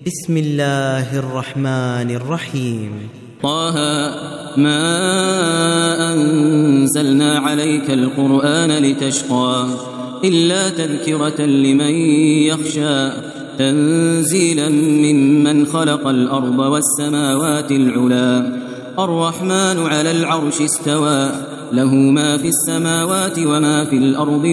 بسم الله الرحمن الرحيم. طه ما أنزلنا عليك القرآن لتشقى إلا تذكرة لمن يخشى تنزيلا ممن خلق الأرض والسماوات العلا الرحمن على العرش استوى له ما في السماوات وما في الأرض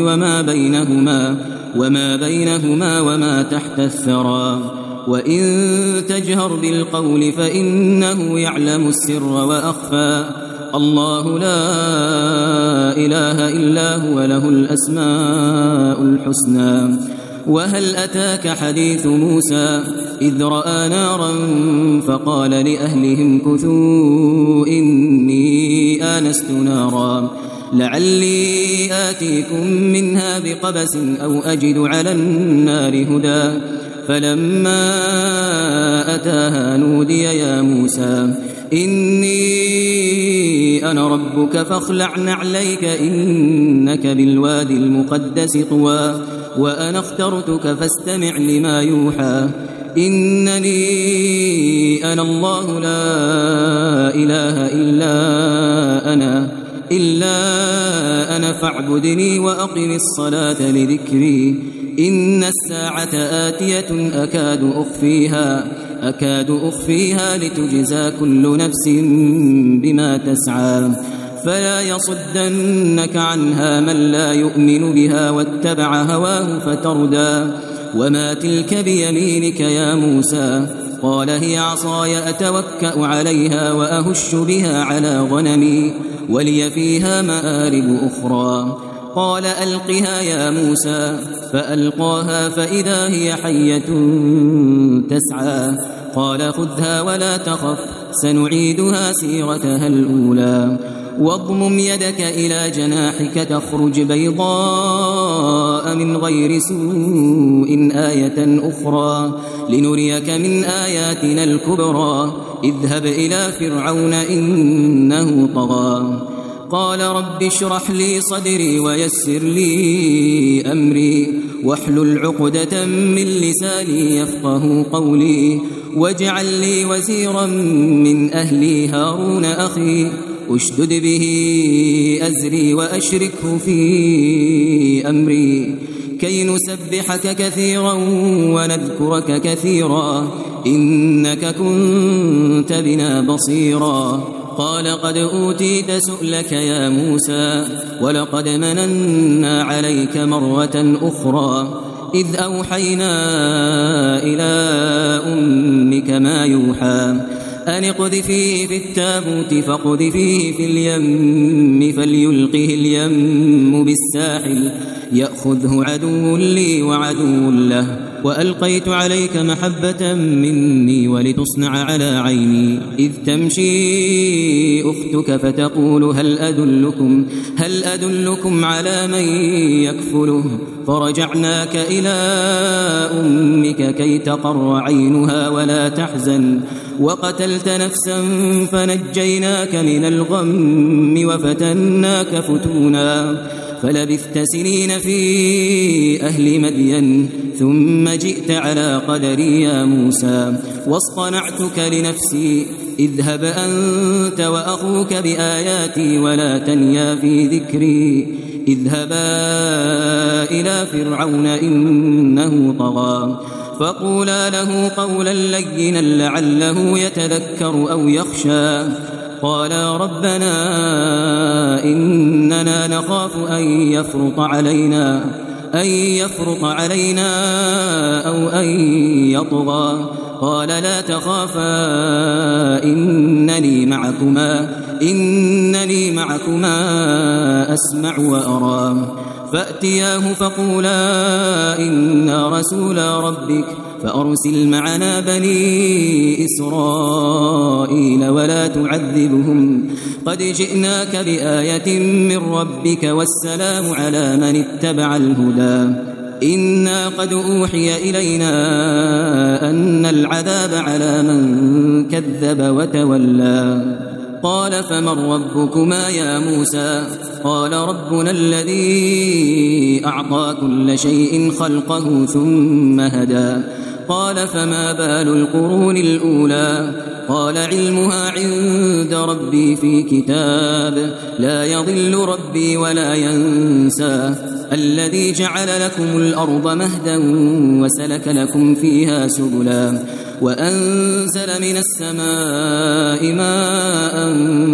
وما بينهما وما تحت الثرى وإن تجهر بالقول فإنه يعلم السر وأخفى الله لا إله إلا هو له الأسماء الحسنى وهل أتاك حديث موسى إذ رأى نارا فقال لأهلهم كثوا إني آنست نارا لعلي آتيكم منها بقبس أو أجد على النار هدى فلما أتاها نودي يا موسى إني أنا ربك فاخلع نعليك إنك بالوادي المقدس طوى وأنا اخترتك فاستمع لما يوحى إنني أنا الله لا إله إلا أنا فاعبدني وأقم الصلاة لذكري إن الساعة آتية أكاد أخفيها لتجزى كل نفس بما تسعى فلا يصدنك عنها من لا يؤمن بها واتبع هواه فتردى وما تلك بيمينك يا موسى قال هي عصاي أتوكأ عليها وأهش بها على غنمي ولي فيها مآرب أخرى قال ألقها يا موسى فألقاها فإذا هي حية تسعى قال خذها ولا تخف سنعيدها سيرتها الأولى واضمم يدك إلى جناحك تخرج بيضاء من غير سوء آية أخرى لنريك من آياتنا الكبرى اذهب إلى فرعون إنه طغى قال رب اشرح لي صدري ويسر لي أمري واحلل عقدة من لساني يفقه قولي واجعل لي وزيرا من أهلي هارون أخي اشدد به أزري وأشركه في أمري كي نسبحك كثيرا ونذكرك كثيرا إنك كنت بنا بصيرا قال قد أوتيت سؤلك يا موسى ولقد مننا عليك مرة أخرى إذ أوحينا إلى أمك ما يوحى أن اقذفيه في التابوت فاقذفيه في اليم فليلقه اليم بالساحل يأخذه عدو لي وعدو له وألقيت عليك محبة مني ولتصنع على عيني إذ تمشي أختك فتقول هل أدلكم على من يكفله فرجعناك إلى أمك كي تقر عينها ولا تحزن وقتلت نفسا فنجيناك من الغم وفتناك فتونا فلبثت سنين في أهل مدين ثم جئت على قدري يا موسى واصطنعتك لنفسي اذهب أنت وأخوك بآياتي ولا تنيا في ذكري اذهبا إلى فرعون إنه طغى فقولا له قولا لينا لعله يتذكر أو يخشى قالا ربنا إننا نخاف أن يفرط علينا أو أن يطغى قال لا تخافا إنني معكما أسمع وأرى فأتياه فقولا إنا رسولا ربك فأرسل معنا بني إسرائيل ولا تعذبهم قد جئناك بآية من ربك والسلام على من اتبع الهدى إنا قد أوحي إلينا أن العذاب على من كذب وتولى قال فمن ربكما يا موسى قال ربنا الذي أعطى كل شيء خلقه ثم هدى قال فما بال القرون الأولى قال علمها عند ربي في كتاب لا يضل ربي ولا ينسى الذي جعل لكم الأرض مهدا وسلك لكم فيها سبلا وأنزل من السماء ماء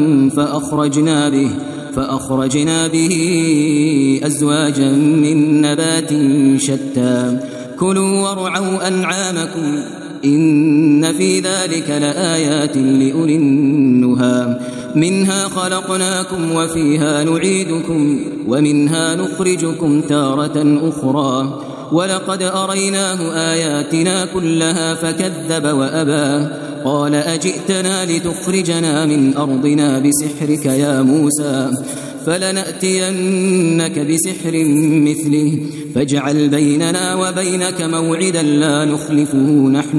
فأخرجنا به أزواجا من نبات شتى كلوا وارعوا أنعامكم إن في ذلك لآيات لأولي النهى منها خلقناكم وفيها نعيدكم ومنها نخرجكم تارة أخرى ولقد أريناه آياتنا كلها فكذب وأبى قال أجئتنا لتخرجنا من أرضنا بسحرك يا موسى فلنأتينك بسحر مثله فاجعل بيننا وبينك موعدا لا نخلفه نحن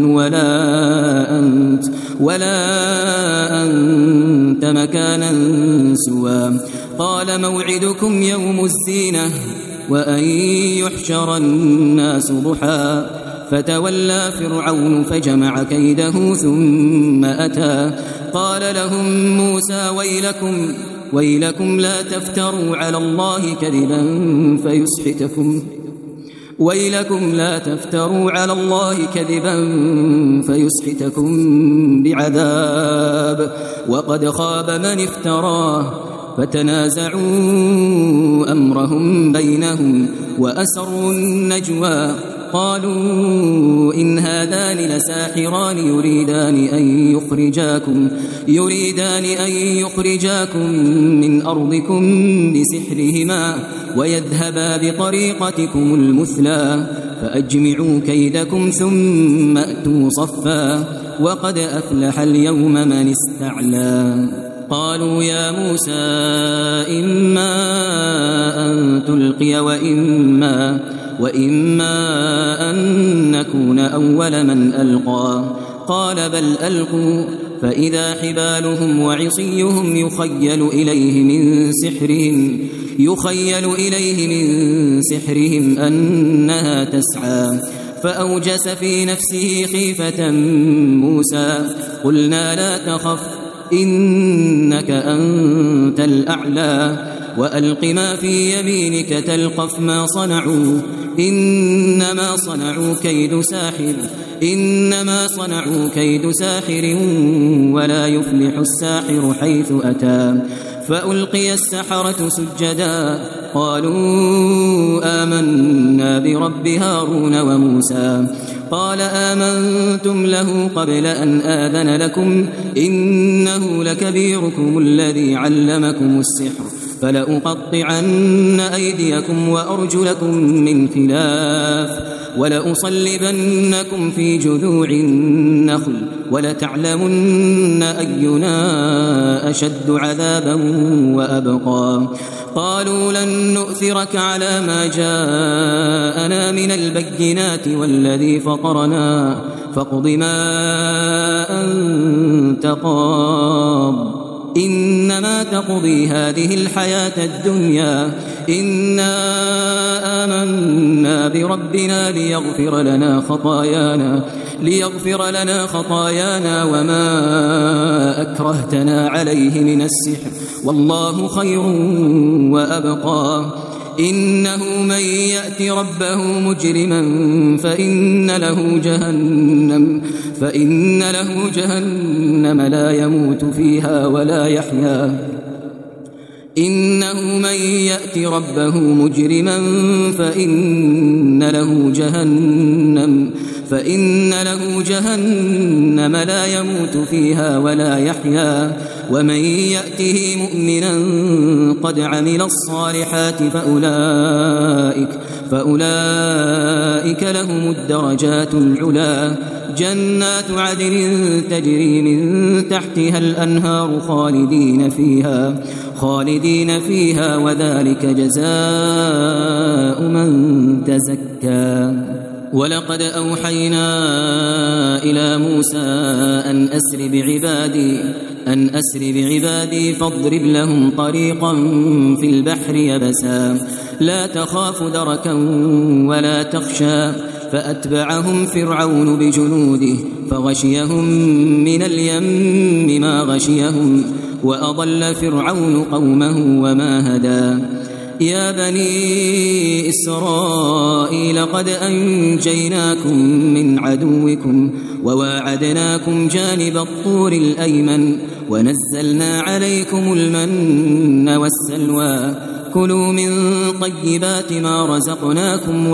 ولا أنت مكانا سوى قال موعدكم يوم الزينة وأن يحشر الناس ضحى فتولى فرعون فجمع كيده ثم أتى قال لهم موسى ويلكم لا تفتروا على الله كذبا فيسحتكم بعذاب وقد خاب من افتراه فتنازعوا أمرهم بينهم وأسروا النجوى قالوا إن هذان لساحران يريدان أن يخرجاكم من أرضكم بسحرهما ويذهبا بطريقتكم المثلى فأجمعوا كيدكم ثم أتوا صفا وقد أفلح اليوم من استعلى قالوا يا موسى إما أن تلقي وإما أن نكون أول من ألقى قال بل ألقوا فإذا حبالهم وعصيهم يخيل إليه من سحرهم أنها تسعى فأوجس في نفسه خيفة موسى قلنا لا تخف إنك أنت الأعلى وألق ما في يمينك تلقف ما صنعوا إنما صنعوا كيد ساحر ولا يفلح الساحر حيث أتى فألقي السحرة سجدا قالوا آمنا برب هارون وموسى قال آمنتم له قبل أن آذن لكم إنه لكبيركم الذي علمكم السحر فلأقطعن أيديكم وأرجلكم من خلاف ولأصلبنكم في جذوع النخل ولتعلمن أينا أشد عذابا وأبقى قالوا لن نؤثرك على ما جاءنا من البينات والذي فطرنا فاقض ما أنت قاض إنما تقضي هذه الحياة الدنيا إنا آمنا بربنا ليغفر لنا خطايانا وما أكرهتنا عليه من السحر والله خير وأبقى إنه من يأت ربه مجرما فإن له جهنم لا يموت فيها ولا يحيا إنه من يأت ربه مجرما فإن له جهنم لا يموت فيها ولا يحيا ومن يأته مؤمنا قد عمل الصالحات فأولئك لهم الدرجات العلا جنات عدن تجري من تحتها الأنهار خالدين فيها وذلك جزاء من تزكى ولقد أوحينا إلى موسى أن أسر بعبادي فاضرب لهم طريقا في البحر يبسا لا تخاف دركا ولا تخشى فأتبعهم فرعون بجنوده فغشيهم من اليم ما غشيهم وأضل فرعون قومه وما هدى يا بني إسرائيل قد أنجيناكم من عدوكم وواعدناكم جانب الطور الأيمن ونزلنا عليكم المن والسلوى كلوا من طيبات ما رزقناكم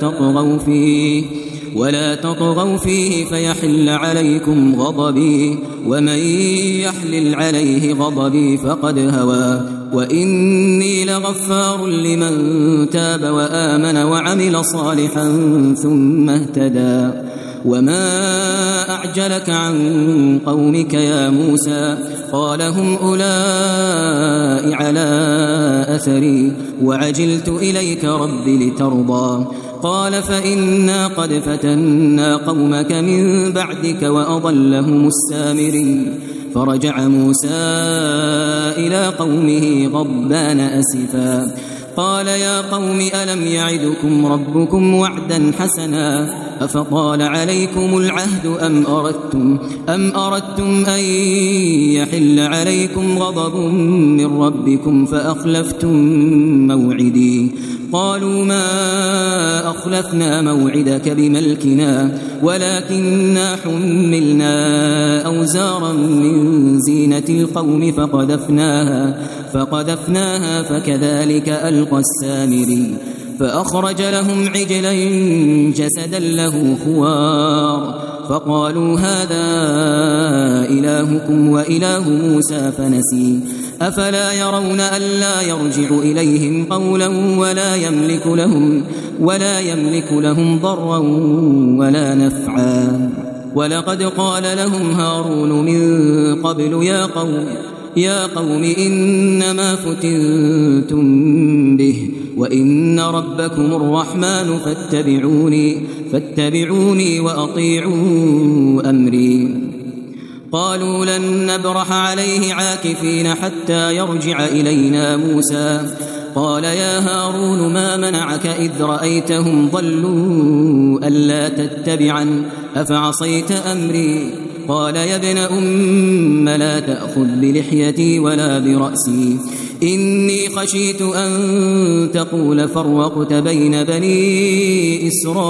ولا تطغوا فيه فيحل عليكم غضبي ومن يحلل عليه غضبي فقد هوى وإني لغفار لمن تاب وآمن وعمل صالحا ثم اهتدى وما أعجلك عن قومك يا موسى قال هم أولئك على أثري وعجلت إليك رب لترضى قال فإنا قد فتنا قومك من بعدك وأضلهم السامري فرجع موسى إلى قومه غضبان أسفا قال يا قوم ألم يعدكم ربكم وعدا حسنا أفطال عليكم العهد أم أردتم أن يحل عليكم غضب من ربكم فأخلفتم موعدي قالوا ما أخلفنا موعدك بملكنا ولكننا حملنا أوزارا من زينة القوم فقذفناها فكذلك ألقى السامري فأخرج لهم عجلا جسدا له خوار فقالوا هذا إلهكم وإله موسى فنسي أفلا يرون ألا يرجع إليهم قولا ولا يملك لهم ضرا ولا نفعا ولقد قال لهم هارون من قبل يا قوم إنما فتنتم به وإن ربكم الرحمن فاتبعوني وأطيعوا أمري قالوا لن نبرح عليه عاكفين حتى يرجع إلينا موسى قال يا هارون ما منعك إذ رأيتهم ضلوا ألا تتبعن أفعصيت أمري قال يا ابن أم لا تأخذ بلحيتي ولا برأسي إني خشيت أن تقول فرقت بين بني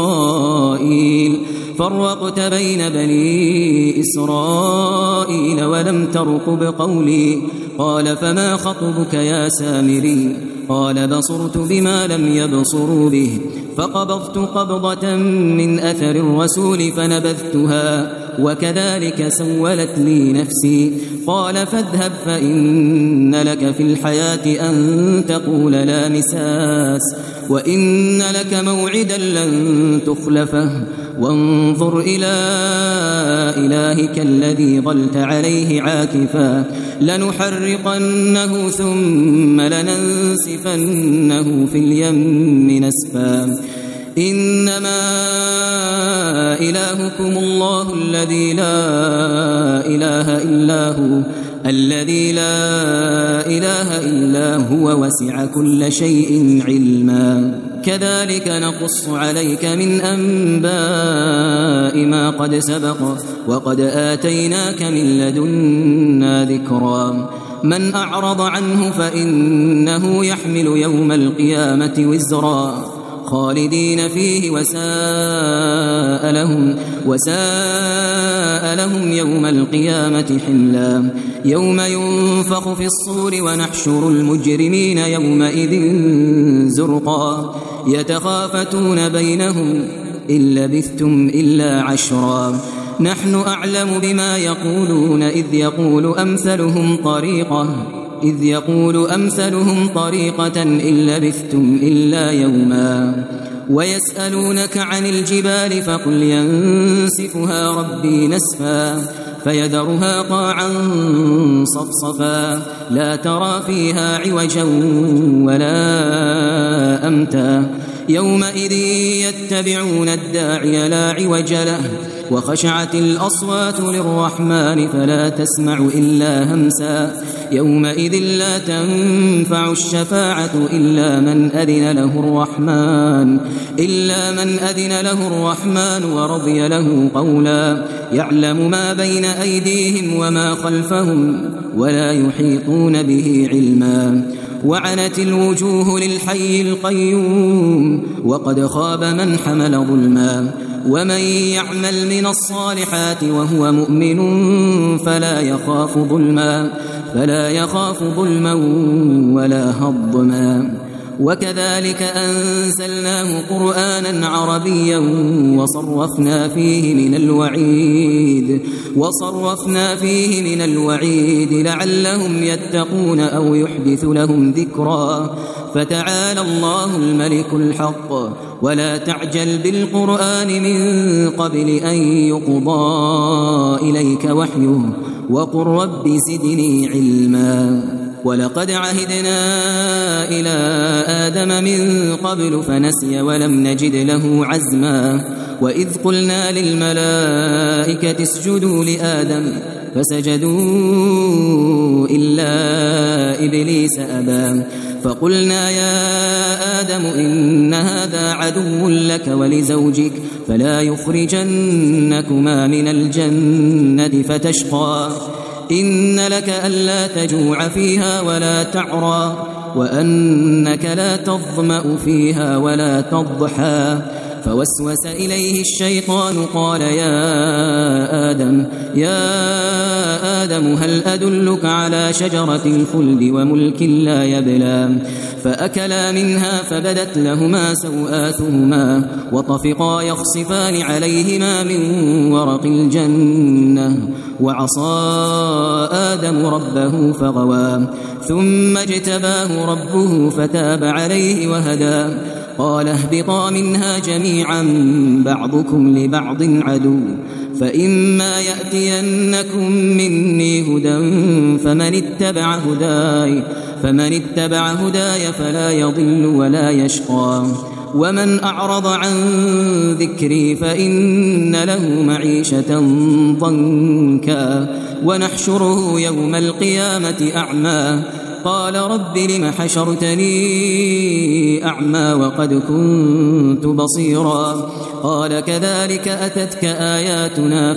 إسرائيل ولم ترقب قولي قال فما خطبك يا سامري قال بصرت بما لم يبصروا به فقبضت قبضة من أثر الرسول فنبذتها وكذلك سولت لي نفسي قال فاذهب فإن لك في الحياة أن تقول لا مساس وإن لك موعدا لن تخلفه وانظر إلى إلهك الذي ظلت عليه عاكفا لنحرقنه ثم لننسفنه في اليم نسفا إنما إلهكم الله الذي لا إله إلا هو وسع كل شيء علما كذلك نقص عليك من أنباء ما قد سبق وقد آتيناك من لدنا ذكرا من أعرض عنه فإنه يحمل يوم القيامة وزرا خالدين فيه وساء لهم يوم القيامة حملا يوم ينفخ في الصور ونحشر المجرمين يومئذ زرقا يتخافتون بينهم إن لبثتم إلا عشرا نحن أعلم بما يقولون إذ يقول أمثلهم طريقة إن لبثتم إلا يوما ويسألونك عن الجبال فقل ينسفها ربي نسفا فيذرها قاعا صفصفا لا ترى فيها عوجا ولا أمتا يومئذ يتبعون الداعي لا عوج له وخشعت الأصوات للرحمن فلا تسمع إلا همسا يومئذ لا تنفع الشفاعة إلا من أذن له الرحمن ورضي له قولا يعلم ما بين أيديهم وما خلفهم ولا يحيطون به علما وعنت الوجوه للحي القيوم وقد خاب من حمل ظلما ومن يعمل من الصالحات وهو مؤمن فلا يخاف ظلما ولا هضما وكذلك أنزلناه قرآنا عربيا وصرفنا فيه من الوعيد لعلهم يتقون أو يحدث لهم ذكرا فتعالى الله الملك الحق ولا تعجل بالقرآن من قبل أن يقضى إليك وحيه وقل رب زدني علما ولقد عهدنا إلى آدم من قبل فنسي ولم نجد له عزما وإذ قلنا للملائكة اسجدوا لآدم فسجدوا إلا إبليس أبى فقلنا يا آدم إن هذا عدو لك ولزوجك فلا يخرجنكما من الجنة فتشقى إن لك ألا تجوع فيها ولا تعرى وأنك لا تظمأ فيها ولا تضحى فوسوس إليه الشيطان قال يا آدم هل أدلك على شجرة الخلد وملك لا يبلى فأكلا منها فبدت لهما سوآتهما وطفقا يخصفان عليهما من ورق الجنة وعصى آدم ربه فغوى ثم اجتباه ربه فتاب عليه وهدى قال اهبطا منها جميعا بعضكم لبعض عدو فإما يأتينكم مني هدى فمن اتبع هداي فلا يضل ولا يشقى ومن أعرض عن ذكري فإن له معيشة ضنكا ونحشره يوم القيامة أعمى قال رب لم حشرتني أعمى وقد كنت بصيرا قال كذلك أتتك آياتنا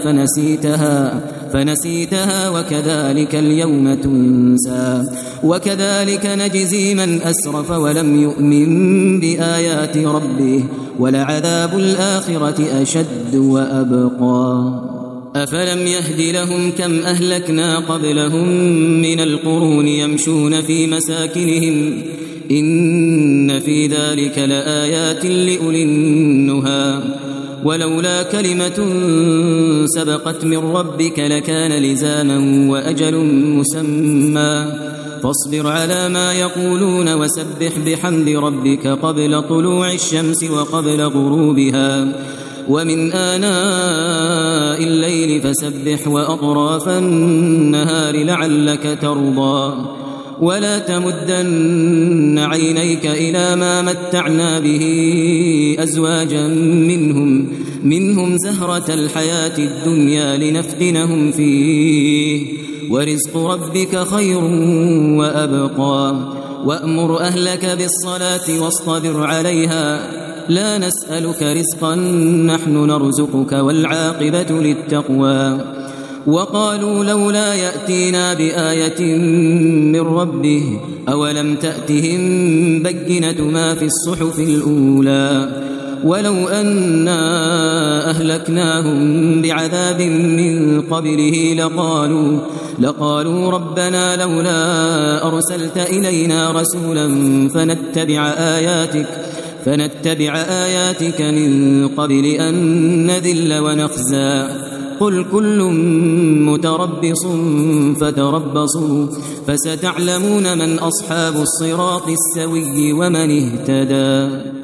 فنسيتها وكذلك اليوم تنسى وكذلك نجزي من أسرف ولم يؤمن بآيات ربه ولعذاب الآخرة أشد وأبقى أفلم يهد لهم كم أهلكنا قبلهم من القرون يمشون في مساكنهم إن في ذلك لآيات لأولي النهى ولولا كلمة سبقت من ربك لكان لزاما وأجل مسمى فاصبر على ما يقولون وسبح بحمد ربك قبل طلوع الشمس وقبل غروبها ومن آناء الليل فسبح وأطراف النهار لعلك ترضى ولا تمدن عينيك إلى ما متعنا به أزواجا منهم زهرة الحياة الدنيا لنفتنهم فيه ورزق ربك خير وأبقى وأمر أهلك بالصلاة واصطبر عليها لا نسألك رزقا نحن نرزقك والعاقبة للتقوى وقالوا لولا يأتينا بآية من ربه أولم تأتهم بينة ما في الصحف الأولى ولو أنا أهلكناهم بعذاب من قبله لقالوا ربنا لولا أرسلت إلينا رسولا فنتبع آياتك من قبل أن نذل ونخزى قل كل متربص فتربصوا فستعلمون من أصحاب الصراط السوي ومن اهتدى